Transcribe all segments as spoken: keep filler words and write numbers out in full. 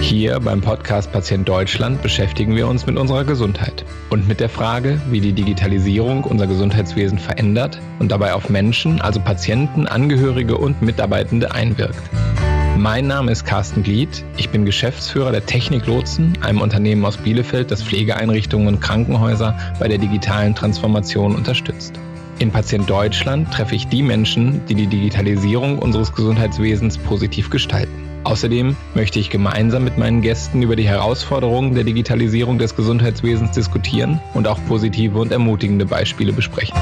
Hier beim Podcast Patient Deutschland beschäftigen wir uns mit unserer Gesundheit und mit der Frage, wie die Digitalisierung unser Gesundheitswesen verändert und dabei auf Menschen, also Patienten, Angehörige und Mitarbeitende einwirkt. Mein Name ist Carsten Glied, ich bin Geschäftsführer der Technik Lotsen, einem Unternehmen aus Bielefeld, das Pflegeeinrichtungen und Krankenhäuser bei der digitalen Transformation unterstützt. In Patient Deutschland treffe ich die Menschen, die die Digitalisierung unseres Gesundheitswesens positiv gestalten. Außerdem möchte ich gemeinsam mit meinen Gästen über die Herausforderungen der Digitalisierung des Gesundheitswesens diskutieren und auch positive und ermutigende Beispiele besprechen.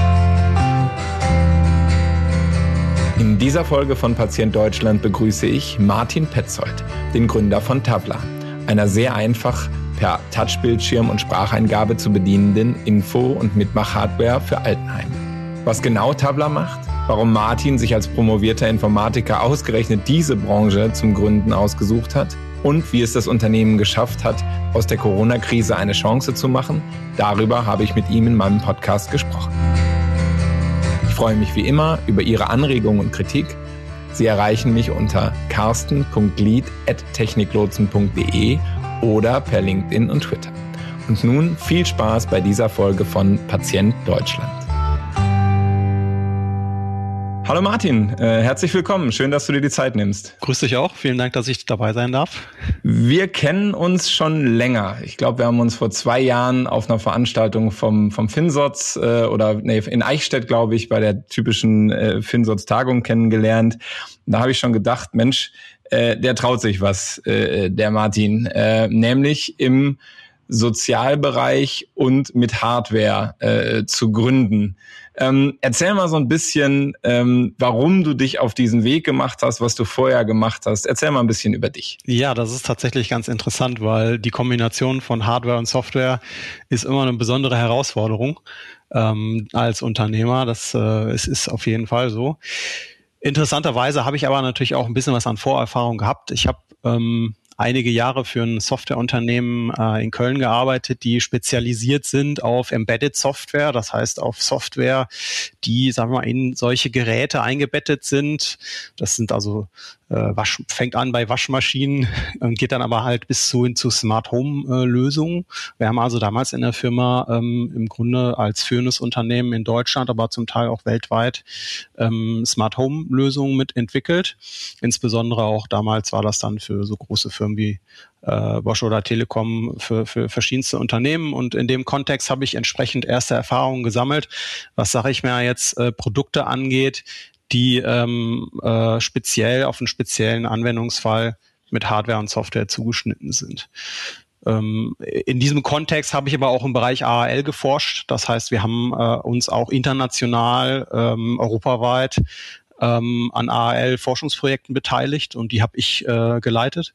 In dieser Folge von Patient Deutschland begrüße ich Martin Petzold, den Gründer von Tavla, einer sehr einfach per Touchbildschirm und Spracheingabe zu bedienenden Info- und Mitmach-Hardware für Altenheime. Was genau Tavla macht, warum Martin sich als promovierter Informatiker ausgerechnet diese Branche zum Gründen ausgesucht hat und wie es das Unternehmen geschafft hat, aus der Corona-Krise eine Chance zu machen, darüber habe ich mit ihm in meinem Podcast gesprochen. Ich freue mich wie immer über Ihre Anregungen und Kritik. Sie erreichen mich unter carsten punkt glied at techniklotsen punkt de oder per LinkedIn und Twitter. Und nun viel Spaß bei dieser Folge von Patient Deutschland. Hallo Martin, äh, herzlich willkommen. Schön, dass du dir die Zeit nimmst. Grüß dich auch. Vielen Dank, dass ich dabei sein darf. Wir kennen uns schon länger. Ich glaube, wir haben uns vor zwei Jahren auf einer Veranstaltung vom vom FinSoz äh, oder nee, in Eichstätt, glaube ich, bei der typischen äh, FinSoz-Tagung kennengelernt. Da habe ich schon gedacht, Mensch, äh, der traut sich was, äh, der Martin, äh, nämlich im Sozialbereich und mit Hardware äh, zu gründen. Ähm, erzähl mal so ein bisschen, ähm, warum du dich auf diesen Weg gemacht hast, was du vorher gemacht hast. Erzähl mal ein bisschen über dich. Ja, das ist tatsächlich ganz interessant, weil die Kombination von Hardware und Software ist immer eine besondere Herausforderung ähm, als Unternehmer. Das äh, es ist auf jeden Fall so. Interessanterweise habe ich aber natürlich auch ein bisschen was an Vorerfahrung gehabt. Ich habe ähm, einige Jahre für ein Softwareunternehmen äh, in Köln gearbeitet, die spezialisiert sind auf Embedded Software, das heißt auf Software, die, sagen wir mal, in solche Geräte eingebettet sind. Das sind also äh, Wasch, fängt an bei Waschmaschinen und geht dann aber halt bis zu, zu Smart Home äh, Lösungen. Wir haben also damals in der Firma ähm, im Grunde als führendes Unternehmen in Deutschland, aber zum Teil auch weltweit ähm, Smart Home Lösungen mitentwickelt. Insbesondere auch damals war das dann für so große Firmen wie äh, Bosch oder Telekom für, für verschiedenste Unternehmen, und in dem Kontext habe ich entsprechend erste Erfahrungen gesammelt, was, sage ich mal jetzt, äh, Produkte angeht, die ähm, äh, speziell auf einen speziellen Anwendungsfall mit Hardware und Software zugeschnitten sind. Ähm, in diesem Kontext habe ich aber auch im Bereich A A L geforscht. Das heißt, wir haben äh, uns auch international, ähm, europaweit ähm, an A A L-Forschungsprojekten beteiligt, und die habe ich äh, geleitet.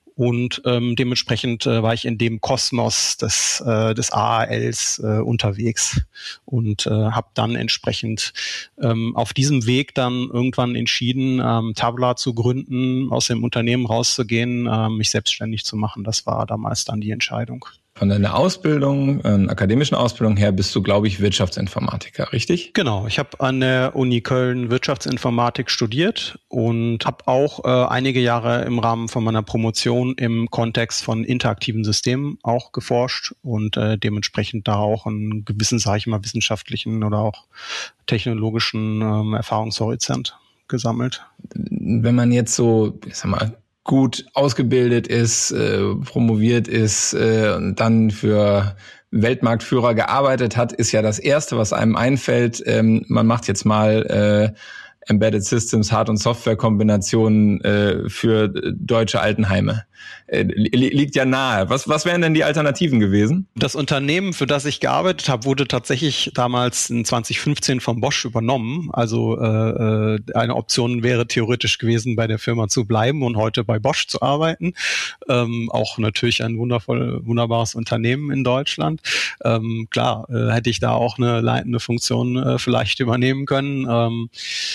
Und ähm, dementsprechend äh, war ich in dem Kosmos des, äh, des A A Ls äh, unterwegs und äh, habe dann entsprechend ähm, auf diesem Weg dann irgendwann entschieden, ähm, Tavla zu gründen, aus dem Unternehmen rauszugehen, äh, mich selbstständig zu machen. Das war damals dann die Entscheidung. Von deiner Ausbildung, äh, akademischen Ausbildung her, bist du, glaube ich, Wirtschaftsinformatiker, richtig? Genau, ich habe an der Uni Köln Wirtschaftsinformatik studiert und habe auch äh, einige Jahre im Rahmen von meiner Promotion im Kontext von interaktiven Systemen auch geforscht und äh, dementsprechend da auch einen gewissen, sage ich mal, wissenschaftlichen oder auch technologischen ähm, Erfahrungshorizont gesammelt. Wenn man jetzt so, ich sag mal, gut ausgebildet ist, äh, promoviert ist äh, und dann für Weltmarktführer gearbeitet hat, ist ja das Erste, was einem einfällt, ähm, man macht jetzt mal äh, Embedded Systems, Hard- und Software-Kombinationen äh, für deutsche Altenheime. Äh, li- liegt ja nahe. Was, was wären denn die Alternativen gewesen? Das Unternehmen, für das ich gearbeitet habe, wurde tatsächlich damals in zwanzig fünfzehn von Bosch übernommen. Also äh, eine Option wäre theoretisch gewesen, bei der Firma zu bleiben und heute bei Bosch zu arbeiten. Ähm, auch natürlich ein wundervoll, wunderbares Unternehmen in Deutschland. Ähm, klar, äh, hätte ich da auch eine leitende Funktion äh, vielleicht übernehmen können. Ähm,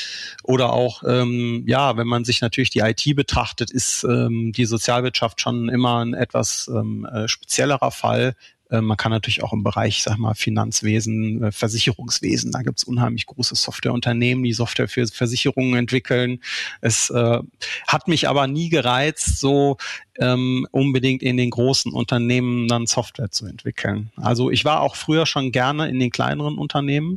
Oder auch, ähm, ja, wenn man sich natürlich die I T betrachtet, ist ähm, die Sozialwirtschaft schon immer ein etwas ähm, äh, speziellerer Fall. Äh, man kann natürlich auch im Bereich, sag mal, Finanzwesen, äh, Versicherungswesen, da gibt's unheimlich große Softwareunternehmen, die Software für Versicherungen entwickeln. Es äh, hat mich aber nie gereizt, so ähm, unbedingt in den großen Unternehmen dann Software zu entwickeln. Also ich war auch früher schon gerne in den kleineren Unternehmen.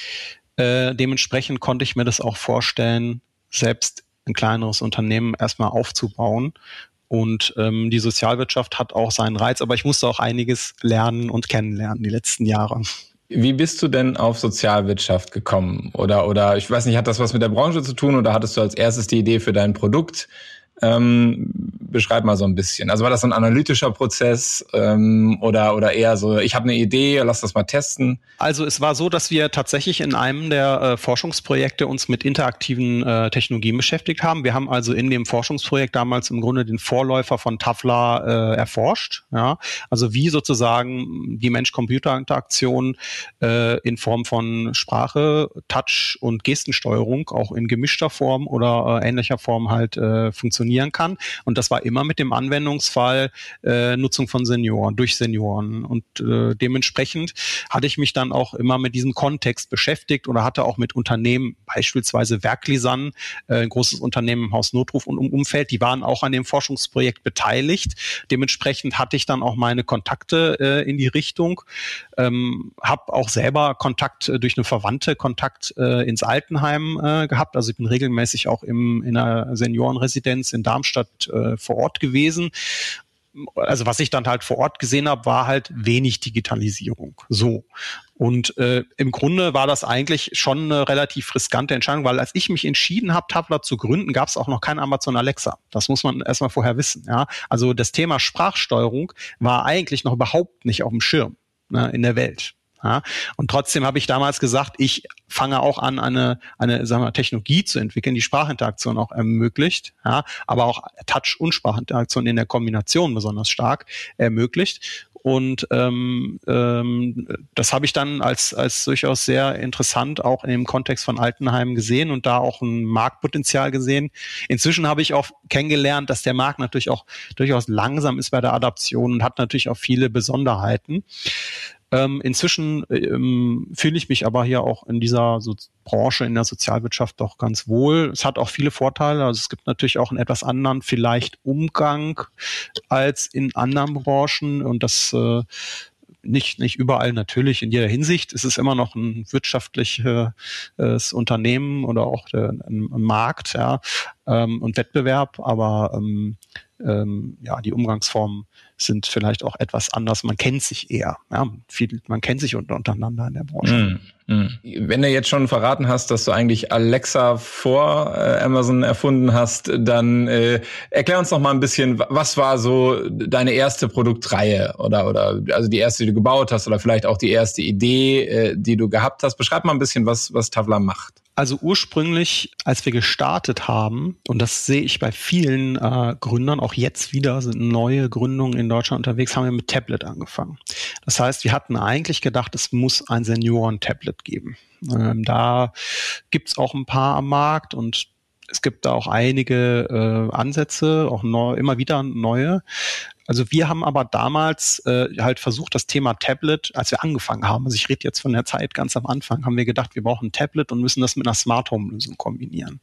Äh, dementsprechend konnte ich mir das auch vorstellen, selbst ein kleineres Unternehmen erstmal aufzubauen. Und ähm, die Sozialwirtschaft hat auch seinen Reiz, aber ich musste auch einiges lernen und kennenlernen die letzten Jahre. Wie bist du denn auf Sozialwirtschaft gekommen? Oder, oder ich weiß nicht, hat das was mit der Branche zu tun oder hattest du als erstes die Idee für dein Produkt? Ähm, beschreib mal so ein bisschen. Also war das so ein analytischer Prozess ähm, oder oder eher so, ich habe eine Idee, lass das mal testen? Also es war so, dass wir tatsächlich in einem der äh, Forschungsprojekte uns mit interaktiven äh, Technologien beschäftigt haben. Wir haben also in dem Forschungsprojekt damals im Grunde den Vorläufer von Tafla äh, erforscht. Ja? Also wie sozusagen die Mensch-Computer-Interaktion äh, in Form von Sprache, Touch und Gestensteuerung auch in gemischter Form oder äh, ähnlicher Form halt äh, funktionieren kann. Und das war immer mit dem Anwendungsfall äh, Nutzung von Senioren, durch Senioren. Und äh, dementsprechend hatte ich mich dann auch immer mit diesem Kontext beschäftigt oder hatte auch mit Unternehmen, beispielsweise Werklisan, äh, ein großes Unternehmen im Haus Notruf und im Umfeld, die waren auch an dem Forschungsprojekt beteiligt. Dementsprechend hatte ich dann auch meine Kontakte äh, in die Richtung, ähm, habe auch selber Kontakt äh, durch eine Verwandte, Kontakt äh, ins Altenheim äh, gehabt. Also ich bin regelmäßig auch im, in einer Seniorenresidenz in Darmstadt äh, vor Ort gewesen. Also was ich dann halt vor Ort gesehen habe, war halt wenig Digitalisierung. So. Und äh, im Grunde war das eigentlich schon eine relativ riskante Entscheidung, weil als ich mich entschieden habe, Tafla zu gründen, gab es auch noch kein Amazon Alexa. Das muss man erstmal vorher wissen. Ja? Also das Thema Sprachsteuerung war eigentlich noch überhaupt nicht auf dem Schirm, ne, in der Welt. Ja, und trotzdem habe ich damals gesagt, ich fange auch an, eine, eine sagen wir, Technologie zu entwickeln, die Sprachinteraktion auch ermöglicht, ja, aber auch Touch- und Sprachinteraktion in der Kombination besonders stark ermöglicht. Und ähm, ähm, das habe ich dann als als durchaus sehr interessant auch in dem Kontext von Altenheimen gesehen und da auch ein Marktpotenzial gesehen. Inzwischen habe ich auch kennengelernt, dass der Markt natürlich auch durchaus langsam ist bei der Adaption und hat natürlich auch viele Besonderheiten. Ähm, inzwischen ähm, fühle ich mich aber hier auch in dieser so Branche, in der Sozialwirtschaft doch ganz wohl. Es hat auch viele Vorteile. Also es gibt natürlich auch einen etwas anderen vielleicht Umgang als in anderen Branchen und das äh, nicht nicht überall natürlich in jeder Hinsicht. Es ist immer noch ein wirtschaftliches Unternehmen oder auch der, ein, ein Markt, ja, ähm, und Wettbewerb, aber ähm, ähm, ja, die Umgangsformen sind vielleicht auch etwas anders. Man kennt sich eher. Ja, viel, man kennt sich unter, untereinander in der Branche. Mm, mm. Wenn du jetzt schon verraten hast, dass du eigentlich Alexa vor äh, Amazon erfunden hast, dann äh, erklär uns noch mal ein bisschen, was war so deine erste Produktreihe oder oder also die erste, die du gebaut hast oder vielleicht auch die erste Idee, äh, die du gehabt hast. Beschreib mal ein bisschen, was was Tafla macht. Also ursprünglich, als wir gestartet haben, und das sehe ich bei vielen äh, Gründern, auch jetzt wieder sind neue Gründungen in Deutschland unterwegs, haben wir mit Tablet angefangen. Das heißt, wir hatten eigentlich gedacht, es muss ein Senioren-Tablet geben. Ähm, da gibt's auch ein paar am Markt und es gibt da auch einige äh, Ansätze, auch neu, immer wieder neue. Also wir haben aber damals äh, halt versucht, das Thema Tablet, als wir angefangen haben, also ich rede jetzt von der Zeit ganz am Anfang, haben wir gedacht, wir brauchen ein Tablet und müssen das mit einer Smart Home Lösung kombinieren.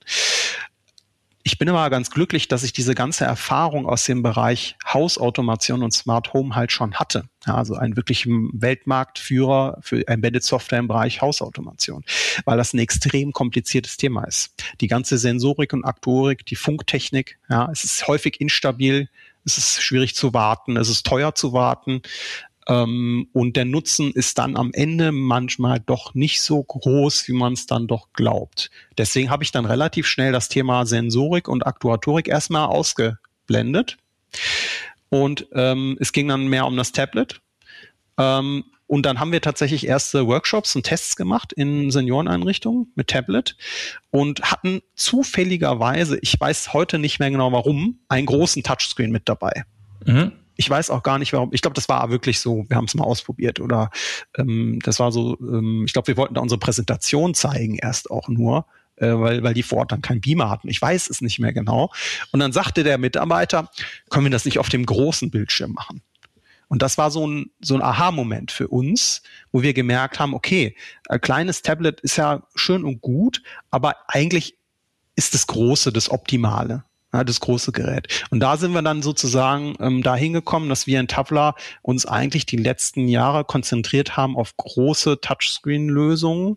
Ich bin immer ganz glücklich, dass ich diese ganze Erfahrung aus dem Bereich Hausautomation und Smart Home halt schon hatte. Ja, also ein wirklich Weltmarktführer für Embedded Software im Bereich Hausautomation, weil das ein extrem kompliziertes Thema ist. Die ganze Sensorik und Aktuorik, die Funktechnik, ja, es ist häufig instabil, es ist schwierig zu warten, es ist teuer zu warten. Und der Nutzen ist dann am Ende manchmal doch nicht so groß, wie man es dann doch glaubt. Deswegen habe ich dann relativ schnell das Thema Sensorik und Aktuatorik erstmal ausgeblendet. Und ähm, es ging dann mehr um das Tablet. Ähm, und dann haben wir tatsächlich erste Workshops und Tests gemacht in Senioreneinrichtungen mit Tablet und hatten zufälligerweise, ich weiß heute nicht mehr genau warum, einen großen Touchscreen mit dabei. Mhm. Ich weiß auch gar nicht, warum. Ich glaube, das war wirklich so. Wir haben es mal ausprobiert oder ähm, das war so. Ähm, ich glaube, wir wollten da unsere Präsentation zeigen erst auch nur, äh, weil weil die vor Ort dann keinen Beamer hatten. Ich weiß es nicht mehr genau. Und dann sagte der Mitarbeiter, können wir das nicht auf dem großen Bildschirm machen? Und das war so ein, so ein Aha-Moment für uns, wo wir gemerkt haben, okay, ein kleines Tablet ist ja schön und gut, aber eigentlich ist das Große das Optimale. Ja, das große Gerät. Und da sind wir dann sozusagen ähm, dahin gekommen, dass wir in Tavla uns eigentlich die letzten Jahre konzentriert haben auf große Touchscreen-Lösungen,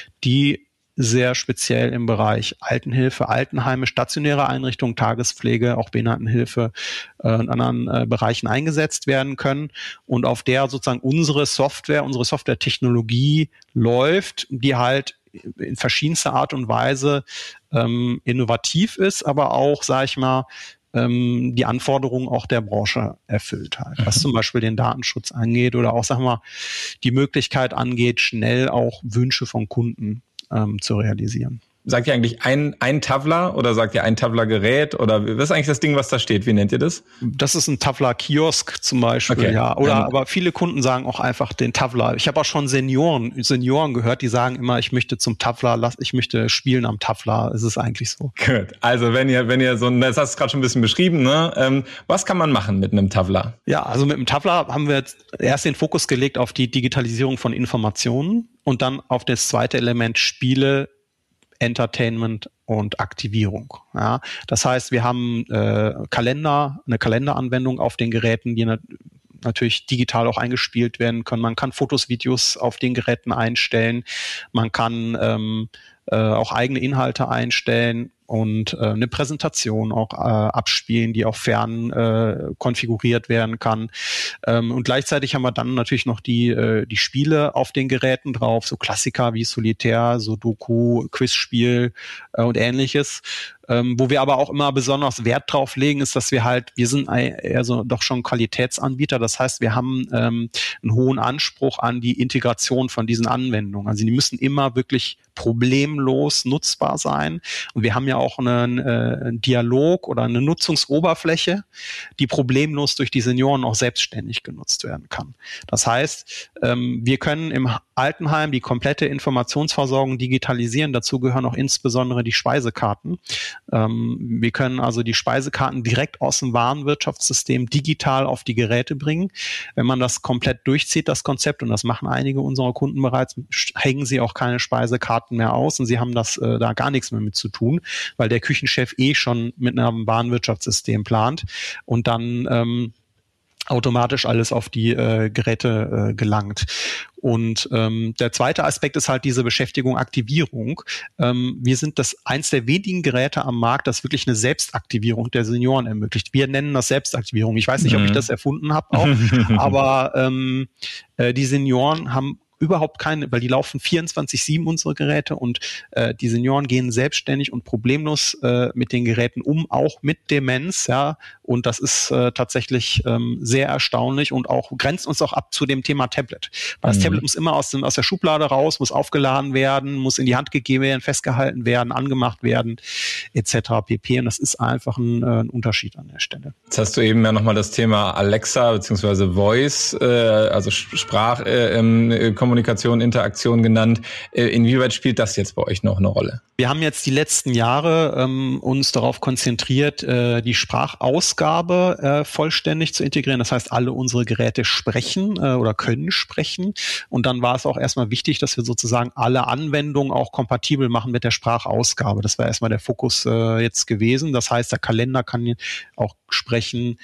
die sehr speziell im Bereich Altenhilfe, Altenheime, stationäre Einrichtungen, Tagespflege, auch Behindertenhilfe äh, und anderen äh, Bereichen eingesetzt werden können und auf der sozusagen unsere Software, unsere Softwaretechnologie läuft, die halt in verschiedenster Art und Weise ähm, innovativ ist, aber auch, sag ich mal, ähm, die Anforderungen auch der Branche erfüllt halt. Was zum Beispiel den Datenschutz angeht oder auch, sag mal, die Möglichkeit angeht, schnell auch Wünsche von Kunden ähm, zu realisieren. Sagt ihr eigentlich ein, ein Tavla oder sagt ihr ein Tavla-Gerät oder was ist eigentlich das Ding, was da steht? Wie nennt ihr das? Das ist ein Tavla-Kiosk zum Beispiel, okay. ja. Oder ähm. aber viele Kunden sagen auch einfach den Tavla. Ich habe auch schon Senioren, Senioren gehört, die sagen immer, ich möchte zum Tavla, ich möchte spielen am Tavla. Es ist eigentlich so. Gut. Also wenn ihr, wenn ihr so, das hast du gerade schon ein bisschen beschrieben, ne? Ähm, was kann man machen mit einem Tavla? Ja, also mit einem Tavla haben wir jetzt erst den Fokus gelegt auf die Digitalisierung von Informationen und dann auf das zweite Element Spiele, Entertainment und Aktivierung. Ja, das heißt, wir haben äh, Kalender, eine Kalenderanwendung auf den Geräten, die nat- natürlich digital auch eingespielt werden können. Man kann Fotos, Videos auf den Geräten einstellen. Man kann ähm, äh, auch eigene Inhalte einstellen und äh, eine Präsentation auch äh, abspielen, die auch fern äh, konfiguriert werden kann. Ähm, und gleichzeitig haben wir dann natürlich noch die äh, die Spiele auf den Geräten drauf, so Klassiker wie Solitär, Sudoku, Quizspiel äh, und ähnliches. Ähm, wo wir aber auch immer besonders Wert drauf legen, ist, dass wir halt, wir sind eher so doch schon Qualitätsanbieter. Das heißt, wir haben ähm, einen hohen Anspruch an die Integration von diesen Anwendungen. Also die müssen immer wirklich problemlos nutzbar sein. Und wir haben ja auch einen, äh, einen Dialog oder eine Nutzungsoberfläche, die problemlos durch die Senioren auch selbstständig genutzt werden kann. Das heißt, ähm, wir können im Altenheim die komplette Informationsversorgung digitalisieren. Dazu gehören auch insbesondere die Speisekarten. Ähm, wir können also die Speisekarten direkt aus dem Warenwirtschaftssystem digital auf die Geräte bringen. Wenn man das komplett durchzieht, das Konzept, und das machen einige unserer Kunden bereits, hängen sie auch keine Speisekarten mehr aus und sie haben das äh, da gar nichts mehr mit zu tun, weil der Küchenchef eh schon mit einem Warenwirtschaftssystem plant und dann ähm, automatisch alles auf die äh, Geräte äh, gelangt. Und ähm, der zweite Aspekt ist halt diese Beschäftigung, Aktivierung. Ähm, wir sind das eins der wenigen Geräte am Markt, das wirklich eine Selbstaktivierung der Senioren ermöglicht. Wir nennen das Selbstaktivierung. Ich weiß nicht, mhm. ob ich das erfunden habe auch, aber ähm, äh, die Senioren haben überhaupt keine, weil die laufen vierundzwanzig sieben unsere Geräte und äh, die Senioren gehen selbstständig und problemlos äh, mit den Geräten um, auch mit Demenz, ja, und das ist äh, tatsächlich ähm, sehr erstaunlich und auch grenzt uns auch ab zu dem Thema Tablet. Weil das mhm. Tablet muss immer aus, dem, aus der Schublade raus, muss aufgeladen werden, muss in die Hand gegeben werden, festgehalten werden, angemacht werden, et cetera pp. Und das ist einfach ein, äh, ein Unterschied an der Stelle. Jetzt hast du eben ja nochmal das Thema Alexa bzw. Voice, äh, also Sprachkommunikation, äh, Interaktion genannt. Äh, inwieweit spielt das jetzt bei euch noch eine Rolle? Wir haben jetzt die letzten Jahre ähm, uns darauf konzentriert, äh, die Sprachausgabe äh, vollständig zu integrieren. Das heißt, alle unsere Geräte sprechen äh, oder können sprechen. Und dann war es auch erstmal wichtig, dass wir sozusagen alle Anwendungen auch kompatibel machen mit der Sprachausgabe. Das war erstmal der Fokus äh, jetzt gewesen. Das heißt, der Kalender kann auch sprechen.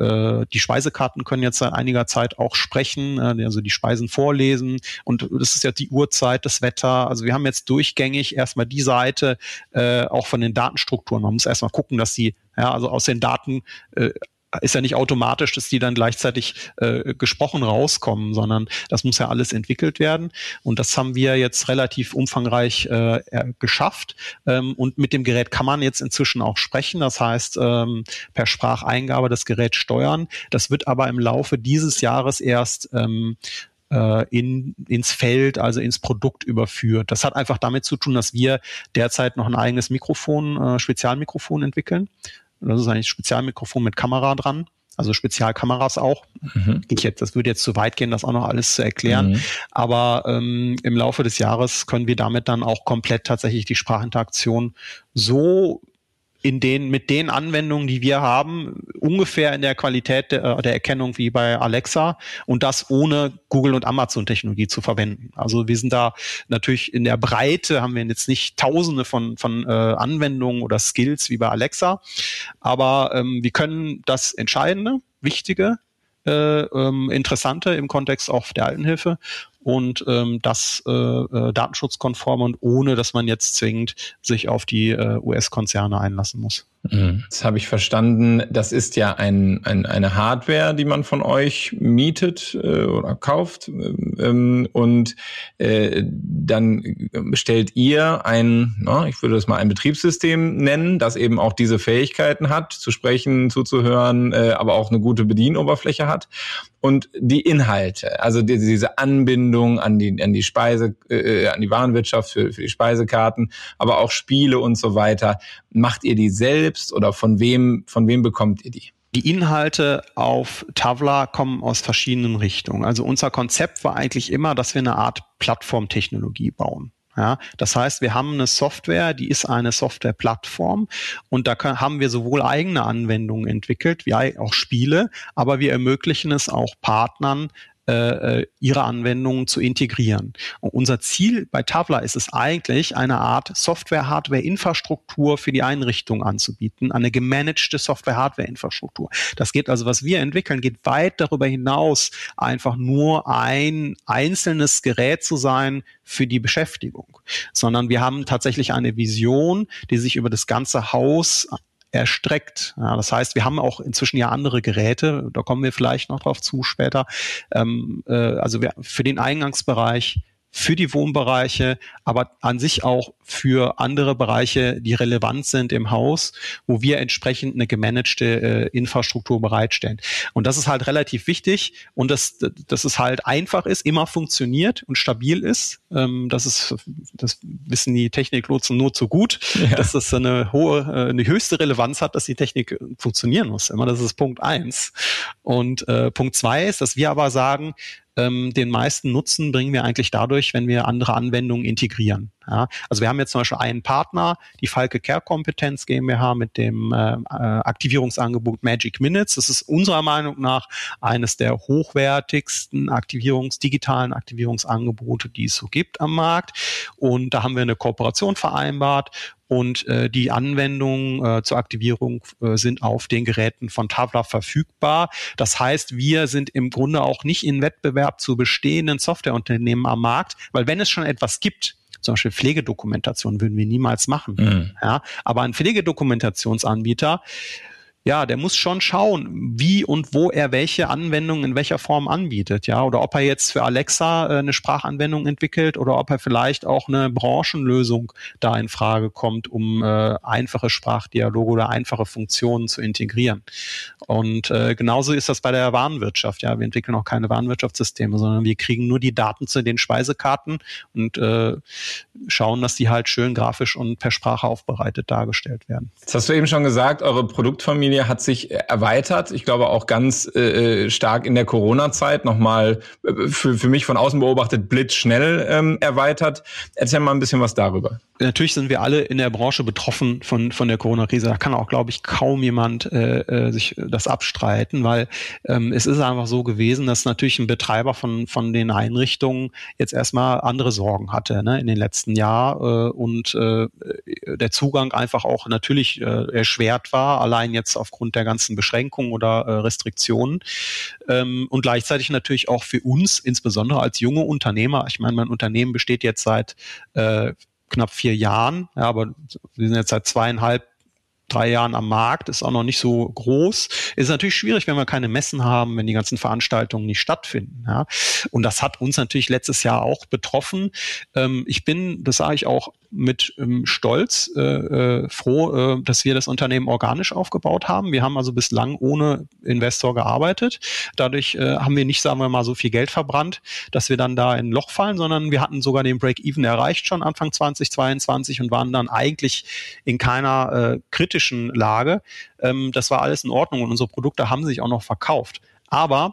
Die Speisekarten können jetzt seit einiger Zeit auch sprechen, also die Speisen vorlesen und das ist ja die Uhrzeit, das Wetter. Also wir haben jetzt durchgängig erstmal die Seite äh, auch von den Datenstrukturen. Man muss erstmal gucken, dass sie, ja, also aus den Daten äh, ist ja nicht automatisch, dass die dann gleichzeitig äh, gesprochen rauskommen, sondern das muss ja alles entwickelt werden. Und das haben wir jetzt relativ umfangreich äh, geschafft. Ähm, und mit dem Gerät kann man jetzt inzwischen auch sprechen. Das heißt, ähm, per Spracheingabe das Gerät steuern. Das wird aber im Laufe dieses Jahres erst ähm, In, ins Feld, also ins Produkt überführt. Das hat einfach damit zu tun, dass wir derzeit noch ein eigenes Mikrofon, äh, Spezialmikrofon entwickeln. Das ist eigentlich ein Spezialmikrofon mit Kamera dran, also Spezialkameras auch. Mhm. Ich jetzt, das würde jetzt zu weit gehen, das auch noch alles zu erklären. Mhm. Aber ähm, im Laufe des Jahres können wir damit dann auch komplett tatsächlich die Sprachinteraktion so in den, mit den Anwendungen, die wir haben, ungefähr in der Qualität der, der Erkennung wie bei Alexa und das ohne Google- und Amazon-Technologie zu verwenden. Also wir sind da natürlich in der Breite, haben wir jetzt nicht tausende von, von äh, Anwendungen oder Skills wie bei Alexa, aber ähm, wir können das Entscheidende, Wichtige, äh, ähm, Interessante im Kontext auch der Altenhilfe und ähm, das äh, äh, datenschutzkonform und ohne, dass man jetzt zwingend sich auf die äh, U S-Konzerne einlassen muss. Das habe ich verstanden. Das ist ja ein, ein, eine Hardware, die man von euch mietet äh, oder kauft. Ähm, und äh, dann stellt ihr ein, na, ich würde das mal ein Betriebssystem nennen, das eben auch diese Fähigkeiten hat, zu sprechen, zuzuhören, äh, aber auch eine gute Bedienoberfläche hat. Und die Inhalte, also die, diese Anbindung an die, an die Speise, äh, an die Warenwirtschaft für, für die Speisekarten, aber auch Spiele und so weiter. Macht ihr die selbst oder von wem, von wem bekommt ihr die? Die Inhalte auf Tavla kommen aus verschiedenen Richtungen. Also unser Konzept war eigentlich immer, dass wir eine Art Plattformtechnologie bauen. Ja, das heißt, wir haben eine Software, die ist eine Softwareplattform und da können, haben wir sowohl eigene Anwendungen entwickelt, wie auch Spiele, aber wir ermöglichen es auch Partnern, äh, ihre Anwendungen zu integrieren. Und unser Ziel bei Tavla ist es eigentlich, eine Art Software-Hardware-Infrastruktur für die Einrichtung anzubieten, eine gemanagte Software-Hardware-Infrastruktur. Das geht also, was wir entwickeln, geht weit darüber hinaus, einfach nur ein einzelnes Gerät zu sein für die Beschäftigung, sondern wir haben tatsächlich eine Vision, die sich über das ganze Haus erstreckt. Ja, das heißt, wir haben auch inzwischen ja andere Geräte, da kommen wir vielleicht noch drauf zu später. Ähm, äh, also wir, für den Eingangsbereich, für die Wohnbereiche, aber an sich auch für andere Bereiche, die relevant sind im Haus, wo wir entsprechend eine gemanagte äh, Infrastruktur bereitstellen. Und das ist halt relativ wichtig und dass, dass es halt einfach ist, immer funktioniert und stabil ist. Ähm, das ist, das wissen die Techniklotsen nur zu gut, ja. Dass das eine hohe, eine höchste Relevanz hat, dass die Technik funktionieren muss. Immer, das ist Punkt eins. Und äh, Punkt zwei ist, dass wir aber sagen, ähm, den meisten Nutzen bringen wir eigentlich dadurch, wenn wir andere Anwendungen integrieren. Ja, also wir haben jetzt zum Beispiel einen Partner, die Falke Care Kompetenz GmbH mit dem äh, Aktivierungsangebot Magic Minutes. Das ist unserer Meinung nach eines der hochwertigsten Aktivierungs-, digitalen Aktivierungsangebote, die es so gibt am Markt. Und da haben wir eine Kooperation vereinbart. Und äh, die Anwendungen äh, zur Aktivierung äh, sind auf den Geräten von Tavla verfügbar. Das heißt, wir sind im Grunde auch nicht in Wettbewerb zu bestehenden Softwareunternehmen am Markt, weil wenn es schon etwas gibt, zum Beispiel Pflegedokumentation würden wir niemals machen. Mhm. Ja, aber ein Pflegedokumentationsanbieter, ja, der muss schon schauen, wie und wo er welche Anwendungen in welcher Form anbietet, ja, oder ob er jetzt für Alexa äh, eine Sprachanwendung entwickelt oder ob er vielleicht auch eine Branchenlösung da in Frage kommt, um äh, einfache Sprachdialoge oder einfache Funktionen zu integrieren. Und äh, genauso ist das bei der Warenwirtschaft, ja, wir entwickeln auch keine Warenwirtschaftssysteme, sondern wir kriegen nur die Daten zu den Speisekarten und äh, schauen, dass die halt schön grafisch und per Sprache aufbereitet dargestellt werden. Jetzt hast du eben schon gesagt, eure Produktfamilie hat sich erweitert. Ich glaube auch ganz äh, stark in der Corona-Zeit nochmal äh, für, für mich von außen beobachtet blitzschnell ähm, erweitert. Erzähl mal ein bisschen was darüber. Natürlich sind wir alle in der Branche betroffen von von der Corona-Krise. Da kann auch, glaube ich, kaum jemand äh, sich das abstreiten, weil ähm, es ist einfach so gewesen, dass natürlich ein Betreiber von von den Einrichtungen jetzt erstmal andere Sorgen hatte, ne, in den letzten Jahren äh, und äh, der Zugang einfach auch natürlich äh, erschwert war, allein jetzt aufgrund der ganzen Beschränkungen oder äh, Restriktionen ähm, und gleichzeitig natürlich auch für uns, insbesondere als junge Unternehmer. Ich meine, mein Unternehmen besteht jetzt seit äh, knapp vier Jahren, ja, aber wir sind jetzt seit zweieinhalb, drei Jahren am Markt, ist auch noch nicht so groß. Ist natürlich schwierig, wenn wir keine Messen haben, wenn die ganzen Veranstaltungen nicht stattfinden. Ja. Und das hat uns natürlich letztes Jahr auch betroffen. Ähm, ich bin, das sage ich auch mit ähm, Stolz, äh, äh, froh, äh, dass wir das Unternehmen organisch aufgebaut haben. Wir haben also bislang ohne Investor gearbeitet. Dadurch äh, haben wir nicht, sagen wir mal, so viel Geld verbrannt, dass wir dann da in ein Loch fallen, sondern wir hatten sogar den Break-Even erreicht schon Anfang zweitausendzweiundzwanzig und waren dann eigentlich in keiner äh, kritischen Lage. Ähm, das war alles in Ordnung und unsere Produkte haben sich auch noch verkauft. Aber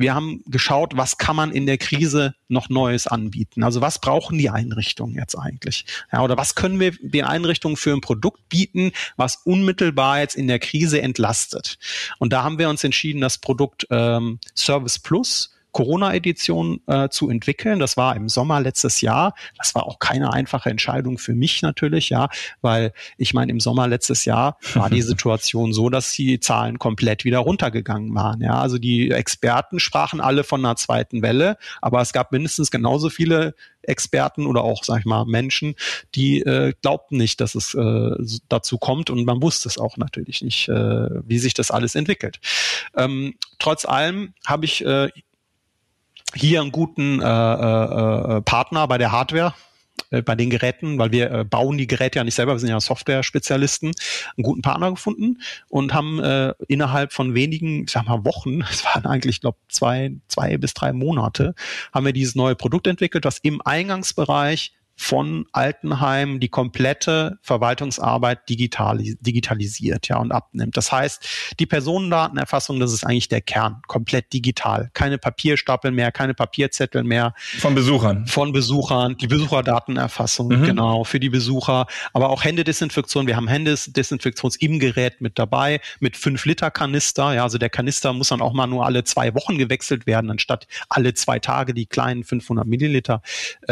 wir haben geschaut, was kann man in der Krise noch Neues anbieten? Also was brauchen die Einrichtungen jetzt eigentlich? Ja, oder was können wir den Einrichtungen für ein Produkt bieten, was unmittelbar jetzt in der Krise entlastet? Und da haben wir uns entschieden, das Produkt ähm, Service Plus Corona-Edition äh, zu entwickeln. Das war im Sommer letztes Jahr. Das war auch keine einfache Entscheidung für mich natürlich, ja, weil ich meine, im Sommer letztes Jahr war die Situation so, dass die Zahlen komplett wieder runtergegangen waren. Ja, also die Experten sprachen alle von einer zweiten Welle, aber es gab mindestens genauso viele Experten oder auch, sag ich mal, Menschen, die äh, glaubten nicht, dass es äh, dazu kommt, und man wusste es auch natürlich nicht, äh, wie sich das alles entwickelt. Ähm, trotz allem habe ich äh, hier einen guten äh, äh, Partner bei der Hardware, äh, bei den Geräten, weil wir äh, bauen die Geräte ja nicht selber, wir sind ja Software-Spezialisten, einen guten Partner gefunden und haben äh, innerhalb von wenigen, ich sag mal, Wochen, es waren eigentlich, ich glaube, zwei, zwei bis drei Monate, haben wir dieses neue Produkt entwickelt, das im Eingangsbereich von Altenheim die komplette Verwaltungsarbeit digitalis- digitalisiert, ja, und abnimmt. Das heißt, die Personendatenerfassung, das ist eigentlich der Kern, komplett digital. Keine Papierstapel mehr, keine Papierzettel mehr. Von Besuchern. Von Besuchern, die Besucherdatenerfassung, mhm. genau, für die Besucher. Aber auch Händedesinfektion. Wir haben Händedesinfektions im Gerät mit dabei, mit fünf Liter Kanister. Ja, also der Kanister muss dann auch mal nur alle zwei Wochen gewechselt werden, anstatt alle zwei Tage die kleinen fünfhundert Milliliter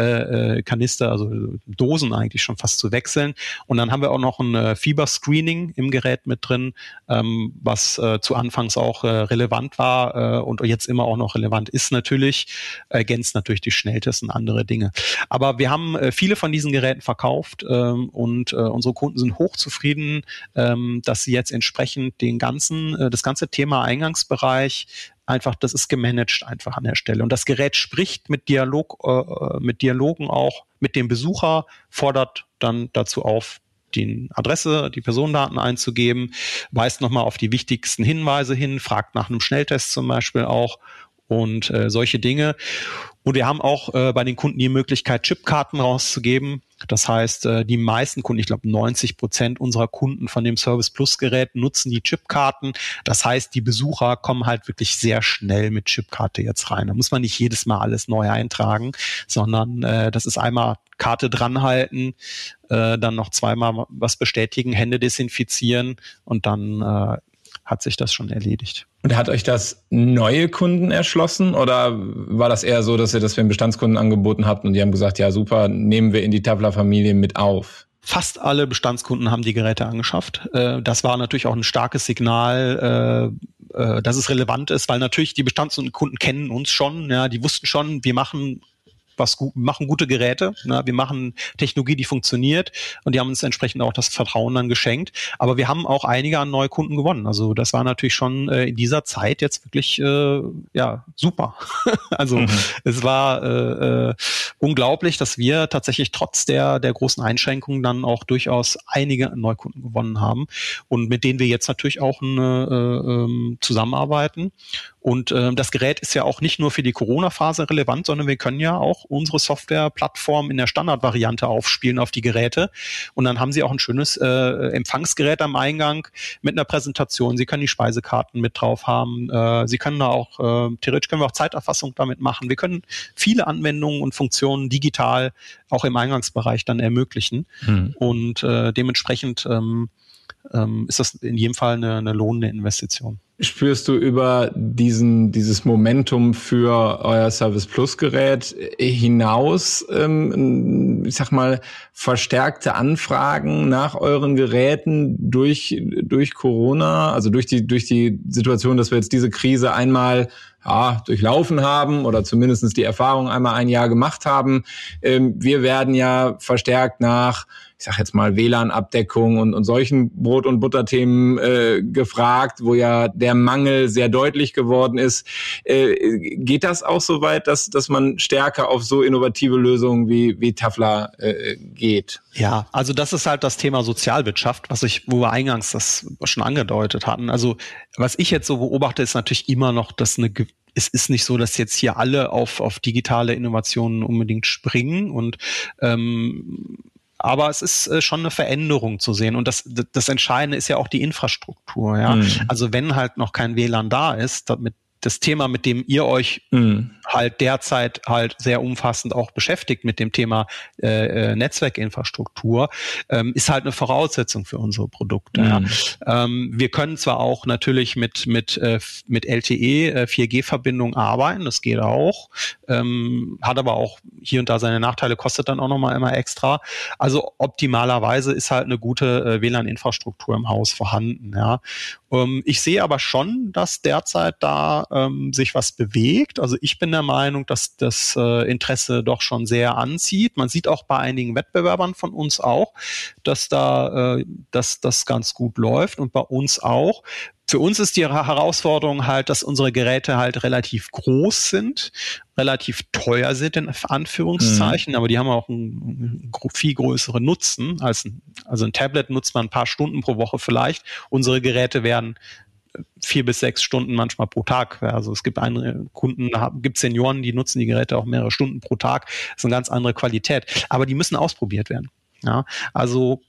äh, Kanister, also Dosen eigentlich schon fast zu wechseln. Und dann haben wir auch noch ein äh, Fieber-Screening im Gerät mit drin, ähm, was äh, zu Anfangs auch äh, relevant war äh, und jetzt immer auch noch relevant ist natürlich, ergänzt natürlich die Schnelltests und andere Dinge. Aber wir haben äh, viele von diesen Geräten verkauft ähm, und äh, unsere Kunden sind hochzufrieden, ähm, dass sie jetzt entsprechend den ganzen, äh, das ganze Thema Eingangsbereich einfach, das ist gemanagt einfach an der Stelle. Und das Gerät spricht mit Dialog, äh, mit Dialogen auch mit dem Besucher, fordert dann dazu auf, die Adresse, die Personendaten einzugeben, weist nochmal auf die wichtigsten Hinweise hin, fragt nach einem Schnelltest zum Beispiel auch und äh, solche Dinge. Und wir haben auch äh, bei den Kunden die Möglichkeit, Chipkarten rauszugeben. Das heißt, äh, die meisten Kunden, ich glaube neunzig Prozent unserer Kunden von dem Service Plus Gerät nutzen die Chipkarten. Das heißt, die Besucher kommen halt wirklich sehr schnell mit Chipkarte jetzt rein. Da muss man nicht jedes Mal alles neu eintragen, sondern äh, das ist einmal Karte dranhalten, äh, dann noch zweimal was bestätigen, Hände desinfizieren und dann äh, hat sich das schon erledigt. Und hat euch das neue Kunden erschlossen oder war das eher so, dass ihr das für einen Bestandskunden angeboten habt und die haben gesagt, ja super, nehmen wir in die Tavla-Familie mit auf? Fast alle Bestandskunden haben die Geräte angeschafft. Das war natürlich auch ein starkes Signal, dass es relevant ist, weil natürlich die Bestandskunden kennen uns schon, ja, die wussten schon, wir machen was gut, machen gute Geräte, ne? Wir machen Technologie, die funktioniert und die haben uns entsprechend auch das Vertrauen dann geschenkt. Aber wir haben auch einige an neue Kunden gewonnen. Also das war natürlich schon äh, in dieser Zeit jetzt wirklich äh, ja super. also mhm. es war äh, äh, unglaublich, dass wir tatsächlich trotz der der großen Einschränkungen dann auch durchaus einige Neukunden gewonnen haben und mit denen wir jetzt natürlich auch eine, äh, äh, zusammenarbeiten. Und äh, das Gerät ist ja auch nicht nur für die Corona-Phase relevant, sondern wir können ja auch unsere Softwareplattform in der Standardvariante aufspielen auf die Geräte. Und dann haben Sie auch ein schönes äh, Empfangsgerät am Eingang mit einer Präsentation. Sie können die Speisekarten mit drauf haben. Äh, Sie können da auch, äh, theoretisch können wir auch Zeiterfassung damit machen. Wir können viele Anwendungen und Funktionen digital auch im Eingangsbereich dann ermöglichen. Hm. Und äh, dementsprechend ähm, ähm, ist das in jedem Fall eine, eine lohnende Investition. Spürst du über diesen dieses Momentum für euer Service Plus Gerät hinaus, ähm, ich sag mal, verstärkte Anfragen nach euren Geräten durch durch Corona, also durch die durch die Situation, dass wir jetzt diese Krise einmal ja, durchlaufen haben oder zumindest die Erfahrung einmal ein Jahr gemacht haben? Ähm, wir werden ja verstärkt nach, ich sag jetzt mal, W L A N-Abdeckung und, und solchen Brot- und Butterthemen äh, gefragt, wo ja der Mangel sehr deutlich geworden ist. Äh, geht das auch so weit, dass, dass man stärker auf so innovative Lösungen wie, wie Tavla äh, geht? Ja, also das ist halt das Thema Sozialwirtschaft, was ich, wo wir eingangs das schon angedeutet hatten. Also was ich jetzt so beobachte, ist natürlich immer noch, dass eine es ist nicht so, dass jetzt hier alle auf auf digitale Innovationen unbedingt springen und ähm, aber es ist äh, schon eine Veränderung zu sehen und das das Entscheidende ist ja auch die Infrastruktur, ja. Mhm. Also wenn halt noch kein W L A N da ist, damit das Thema, mit dem ihr euch mhm. halt derzeit halt sehr umfassend auch beschäftigt, mit dem Thema äh, Netzwerkinfrastruktur, ähm, ist halt eine Voraussetzung für unsere Produkte. Mhm. Ja. Ähm, wir können zwar auch natürlich mit mit äh, mit L T E äh, vier G-Verbindung arbeiten, das geht auch, ähm, hat aber auch hier und da seine Nachteile, kostet dann auch nochmal immer extra. Also optimalerweise ist halt eine gute äh, W L A N-Infrastruktur im Haus vorhanden. Ja. Ähm, ich sehe aber schon, dass derzeit da ähm, sich was bewegt. Also ich bin der Meinung, dass das äh, Interesse doch schon sehr anzieht. Man sieht auch bei einigen Wettbewerbern von uns auch, dass da äh, dass das ganz gut läuft und bei uns auch. Für uns ist die Herausforderung halt, dass unsere Geräte halt relativ groß sind, relativ teuer sind in Anführungszeichen, mhm. aber die haben auch einen, einen viel größeren Nutzen als ein, also ein Tablet nutzt man ein paar Stunden pro Woche vielleicht. Unsere Geräte werden vier bis sechs Stunden manchmal pro Tag. Also es gibt eine Kunden, gibt Senioren, die nutzen die Geräte auch mehrere Stunden pro Tag. Das ist eine ganz andere Qualität. Aber die müssen ausprobiert werden. Ja, also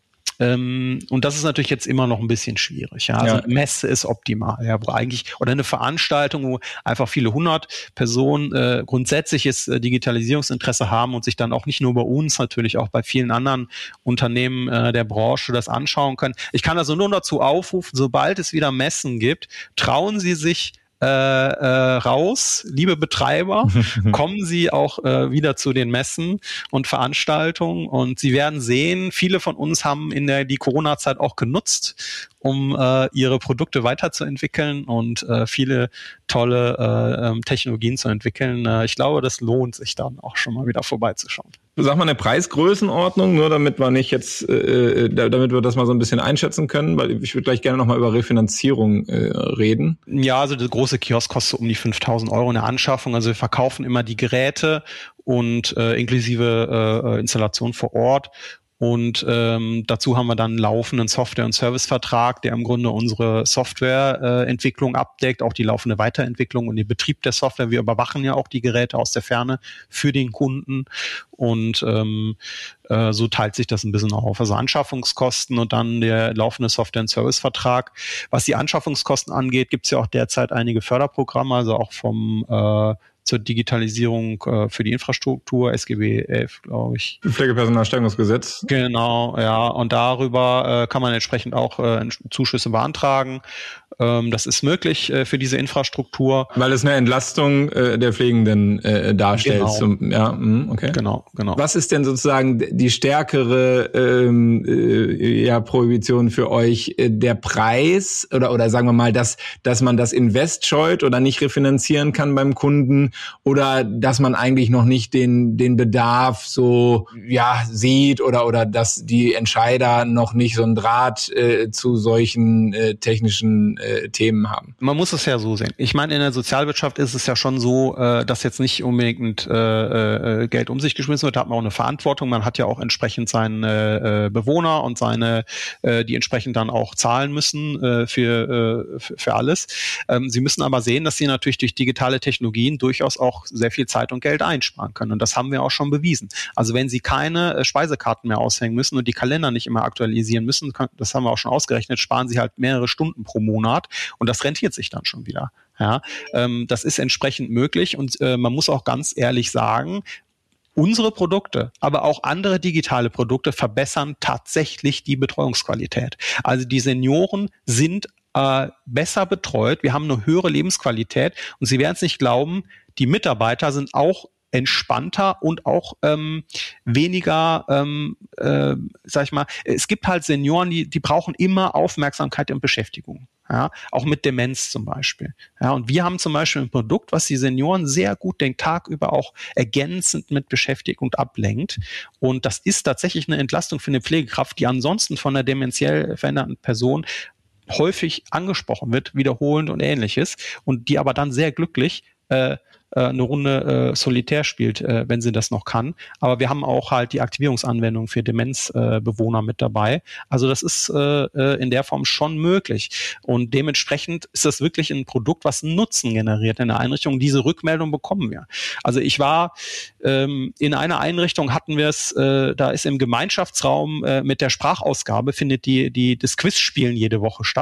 Ähm, und das ist natürlich jetzt immer noch ein bisschen schwierig. Ja? Also ja. Eine Messe ist optimal, ja, wo eigentlich, oder eine Veranstaltung, wo einfach viele hundert Personen äh, grundsätzliches äh, Digitalisierungsinteresse haben und sich dann auch nicht nur bei uns, natürlich auch bei vielen anderen Unternehmen äh, der Branche das anschauen können. Ich kann also nur dazu aufrufen, sobald es wieder Messen gibt, trauen Sie sich Äh, äh, raus, liebe Betreiber, kommen Sie auch äh, wieder zu den Messen und Veranstaltungen und Sie werden sehen, viele von uns haben in der die Corona-Zeit auch genutzt, um äh, ihre Produkte weiterzuentwickeln und äh, viele tolle äh, Technologien zu entwickeln. Äh, ich glaube, das lohnt sich dann auch schon mal wieder vorbeizuschauen. Sag mal eine Preisgrößenordnung, nur damit wir nicht jetzt, äh, damit wir das mal so ein bisschen einschätzen können, weil ich würde gleich gerne nochmal über Refinanzierung äh, reden. Ja, also der große Kiosk kostet um die fünftausend Euro in der Anschaffung. Also wir verkaufen immer die Geräte und äh, inklusive äh, Installation vor Ort. Und ähm, dazu haben wir dann einen laufenden Software- und Servicevertrag, der im Grunde unsere Softwareentwicklung äh, abdeckt, auch die laufende Weiterentwicklung und den Betrieb der Software. Wir überwachen ja auch die Geräte aus der Ferne für den Kunden und ähm, äh, so teilt sich das ein bisschen auf. Also Anschaffungskosten und dann der laufende Software- und Servicevertrag. Was die Anschaffungskosten angeht, gibt es ja auch derzeit einige Förderprogramme, also auch vom äh, zur Digitalisierung äh, für die Infrastruktur, S G B elf, glaube ich. Pflegepersonalsteigerungsgesetz. Genau, ja. Und darüber äh, kann man entsprechend auch äh, Zuschüsse beantragen. Ähm, das ist möglich äh, für diese Infrastruktur. Weil es eine Entlastung äh, der Pflegenden äh, darstellt. Genau. Zum, ja, mh, okay. Genau, genau. Was ist denn sozusagen die stärkere ähm, äh, ja, Prohibition für euch? Äh, der Preis oder oder sagen wir mal, dass dass man das Invest scheut oder nicht refinanzieren kann beim Kunden oder dass man eigentlich noch nicht den den Bedarf so ja sieht oder oder dass die Entscheider noch nicht so einen Draht äh, zu solchen äh, technischen äh, Themen haben. Man muss es ja so sehen. Ich meine, in der Sozialwirtschaft ist es ja schon so, äh, dass jetzt nicht unbedingt äh, äh, Geld um sich geschmissen wird. Da hat man auch eine Verantwortung. Man hat ja auch entsprechend seine äh, Bewohner und seine, äh, die entsprechend dann auch zahlen müssen äh, für, äh, für für alles. Ähm, sie müssen aber sehen, dass sie natürlich durch digitale Technologien durchaus auch sehr viel Zeit und Geld einsparen können. Und das haben wir auch schon bewiesen. Also wenn Sie keine äh, Speisekarten mehr aushängen müssen und die Kalender nicht immer aktualisieren müssen, kann, das haben wir auch schon ausgerechnet, sparen Sie halt mehrere Stunden pro Monat. Und das rentiert sich dann schon wieder. Ja, ähm, das ist entsprechend möglich und äh, man muss auch ganz ehrlich sagen, unsere Produkte, aber auch andere digitale Produkte verbessern tatsächlich die Betreuungsqualität. Also die Senioren sind äh, besser betreut, wir haben eine höhere Lebensqualität und Sie werden es nicht glauben, die Mitarbeiter sind auch entspannter und auch ähm, weniger, ähm, äh, sag ich mal, es gibt halt Senioren, die, die brauchen immer Aufmerksamkeit und Beschäftigung. Ja, auch mit Demenz zum Beispiel. Ja, und wir haben zum Beispiel ein Produkt, was die Senioren sehr gut den Tag über auch ergänzend mit beschäftigt und ablenkt. Und das ist tatsächlich eine Entlastung für eine Pflegekraft, die ansonsten von einer dementiell veränderten Person häufig angesprochen wird, wiederholend und Ähnliches. Und die aber dann sehr glücklich äh, eine Runde äh, Solitär spielt, äh, wenn sie das noch kann. Aber wir haben auch halt die Aktivierungsanwendung für Demenzbewohner äh, mit dabei. Also das ist äh, in der Form schon möglich. Und dementsprechend ist das wirklich ein Produkt, was einen Nutzen generiert in der Einrichtung. Diese Rückmeldung bekommen wir. Also ich war ähm, in einer Einrichtung, hatten wir es, äh, da ist im Gemeinschaftsraum äh, mit der Sprachausgabe findet die, die das Quizspielen jede Woche statt.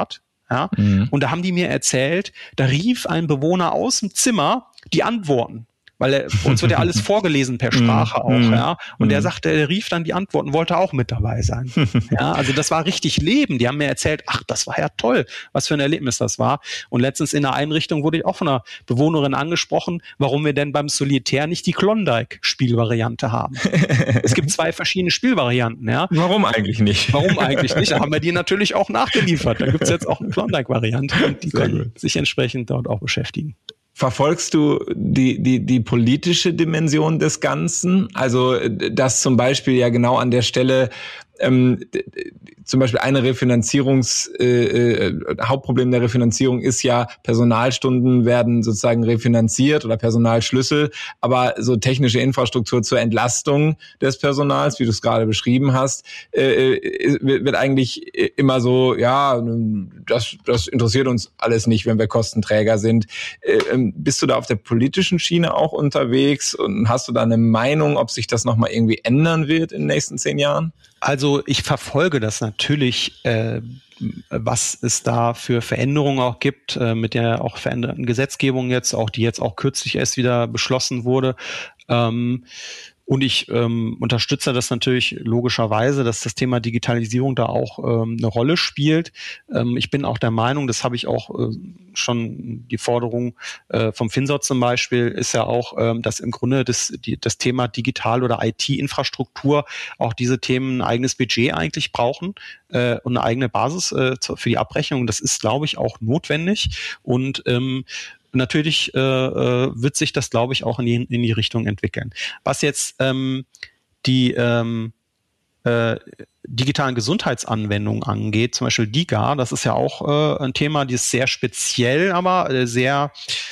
Ja? Mhm. Und da haben die mir erzählt, da rief ein Bewohner aus dem Zimmer die Antworten. Weil er, uns wird ja alles vorgelesen per Sprache auch, mm, ja. Und mm. der sagte, er rief dann die Antworten, wollte auch mit dabei sein. Ja, also das war richtig Leben. Die haben mir erzählt, ach, das war ja toll, was für ein Erlebnis das war. Und letztens in der Einrichtung wurde ich auch von einer Bewohnerin angesprochen, warum wir denn beim Solitär nicht die Klondike-Spielvariante haben. Es gibt zwei verschiedene Spielvarianten, ja. Warum eigentlich nicht? Warum eigentlich nicht? Da haben wir die natürlich auch nachgeliefert. Da gibt's jetzt auch eine Klondike-Variante und die Sehr können gut. sich entsprechend dort auch beschäftigen. Verfolgst du die, die, die politische Dimension des Ganzen? Also, dass zum Beispiel ja genau an der Stelle ähm, zum Beispiel eine Refinanzierungs, äh, Hauptproblem der Refinanzierung ist ja, Personalstunden werden sozusagen refinanziert oder Personalschlüssel, aber so technische Infrastruktur zur Entlastung des Personals, wie du es gerade beschrieben hast, äh, wird eigentlich immer so, ja, das, das interessiert uns alles nicht, wenn wir Kostenträger sind. Äh, bist du da auf der politischen Schiene auch unterwegs und hast du da eine Meinung, ob sich das nochmal irgendwie ändern wird in den nächsten zehn Jahren? Also ich verfolge das natürlich, äh, was es da für Veränderungen auch gibt, äh, mit der auch veränderten Gesetzgebung jetzt, auch die jetzt auch kürzlich erst wieder beschlossen wurde. Ähm, Und ich ähm, unterstütze das natürlich logischerweise, dass das Thema Digitalisierung da auch ähm, eine Rolle spielt. Ähm, ich bin auch der Meinung, das habe ich auch äh, schon, die Forderung äh, vom FinSOT zum Beispiel, ist ja auch, ähm, dass im Grunde das, die, das Thema Digital- oder I T-Infrastruktur auch diese Themen ein eigenes Budget eigentlich brauchen äh, und eine eigene Basis äh, für die Abrechnung. Das ist, glaube ich, auch notwendig. Und ähm, Natürlich äh, wird sich das, glaube ich, auch in die, in die Richtung entwickeln. Was jetzt ähm, die ähm, äh, digitalen Gesundheitsanwendungen angeht, zum Beispiel DiGA, das ist ja auch äh, ein Thema, die ist sehr speziell, aber äh, sehr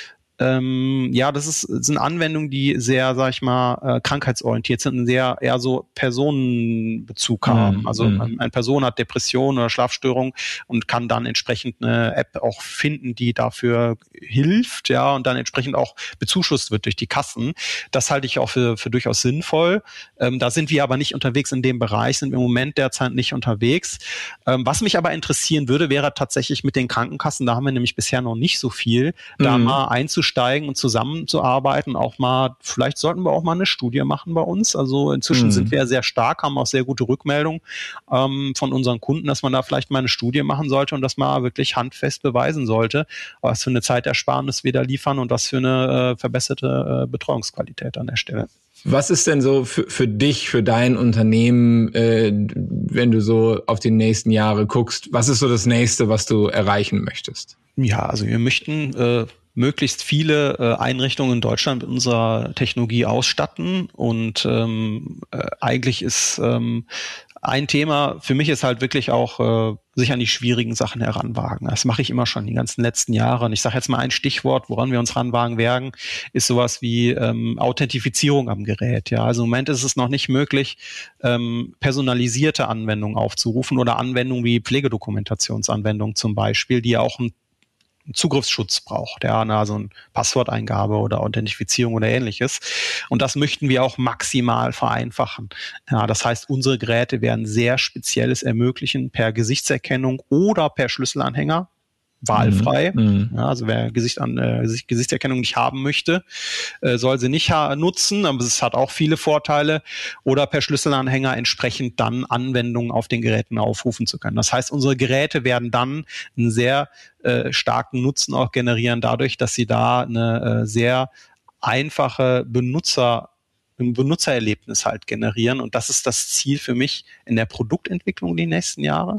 Ähm, ja, das ist, das sind Anwendungen, die sehr, sag ich mal, äh, krankheitsorientiert sind und sehr eher so Personenbezug haben. Mm, also mm. eine Person hat Depressionen oder Schlafstörungen und kann dann entsprechend eine App auch finden, die dafür hilft, ja, und dann entsprechend auch bezuschusst wird durch die Kassen. Das halte ich auch für, für durchaus sinnvoll. Ähm, da sind wir aber nicht unterwegs in dem Bereich, sind wir im Moment derzeit nicht unterwegs. Ähm, was mich aber interessieren würde, wäre tatsächlich mit den Krankenkassen, da haben wir nämlich bisher noch nicht so viel, mm. da mal einzusteigen und zusammenzuarbeiten, auch mal, vielleicht sollten wir auch mal eine Studie machen bei uns. Also inzwischen mhm. sind wir sehr stark, haben auch sehr gute Rückmeldungen ähm, von unseren Kunden, dass man da vielleicht mal eine Studie machen sollte und das mal wirklich handfest beweisen sollte, was für eine Zeitersparnis wir da liefern und was für eine äh, verbesserte äh, Betreuungsqualität an der Stelle. Was ist denn so für, für dich, für dein Unternehmen, äh, wenn du so auf die nächsten Jahre guckst, was ist so das Nächste, was du erreichen möchtest? Ja, also wir möchten äh, möglichst viele äh, Einrichtungen in Deutschland mit unserer Technologie ausstatten und ähm, äh, eigentlich ist ähm, ein Thema für mich ist halt wirklich auch äh, sich an die schwierigen Sachen heranwagen. Das mache ich immer schon die ganzen letzten Jahre. Und ich sage jetzt mal ein Stichwort, woran wir uns ranwagen werden, ist sowas wie ähm, Authentifizierung am Gerät. Ja, also im Moment ist es noch nicht möglich, ähm, personalisierte Anwendungen aufzurufen oder Anwendungen wie Pflegedokumentationsanwendungen zum Beispiel, die ja auch ein Zugriffsschutz braucht, ja, also eine Passworteingabe oder Authentifizierung oder ähnliches. Und das möchten wir auch maximal vereinfachen. Ja, das heißt, unsere Geräte werden sehr Spezielles ermöglichen per Gesichtserkennung oder per Schlüsselanhänger. Wahlfrei. Mhm. Ja, also wer Gesicht an, äh, Gesichtserkennung nicht haben möchte, äh, soll sie nicht ha- nutzen, aber es hat auch viele Vorteile. Oder per Schlüsselanhänger entsprechend dann Anwendungen auf den Geräten aufrufen zu können. Das heißt, unsere Geräte werden dann einen sehr äh, starken Nutzen auch generieren, dadurch, dass sie da eine äh, sehr einfache Benutzer ein Benutzererlebnis halt generieren. Und das ist das Ziel für mich in der Produktentwicklung die nächsten Jahre.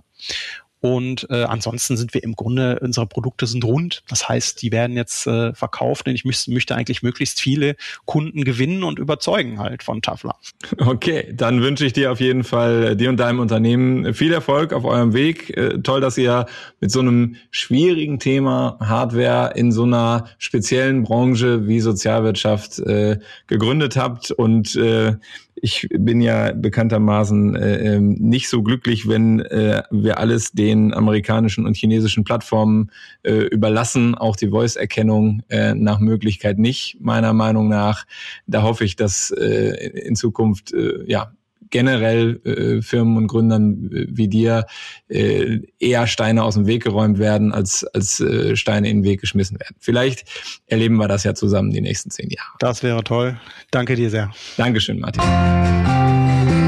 Und äh, ansonsten sind wir im Grunde, unsere Produkte sind rund. Das heißt, die werden jetzt äh, verkauft und ich müß, möchte eigentlich möglichst viele Kunden gewinnen und überzeugen halt von Tafla. Okay, dann wünsche ich dir auf jeden Fall, dir und deinem Unternehmen viel Erfolg auf eurem Weg. Äh, toll, dass ihr mit so einem schwierigen Thema Hardware in so einer speziellen Branche wie Sozialwirtschaft äh, gegründet habt und äh, ich bin ja bekanntermaßen äh, nicht so glücklich, wenn äh, wir alles den amerikanischen und chinesischen Plattformen äh, überlassen, auch die Voice-Erkennung äh, nach Möglichkeit nicht, meiner Meinung nach. Da hoffe ich, dass äh, in Zukunft äh, ja generell äh, Firmen und Gründern wie dir äh, eher Steine aus dem Weg geräumt werden, als, als äh, Steine in den Weg geschmissen werden. Vielleicht erleben wir das ja zusammen die nächsten zehn Jahre. Das wäre toll. Danke dir sehr. Dankeschön, Martin.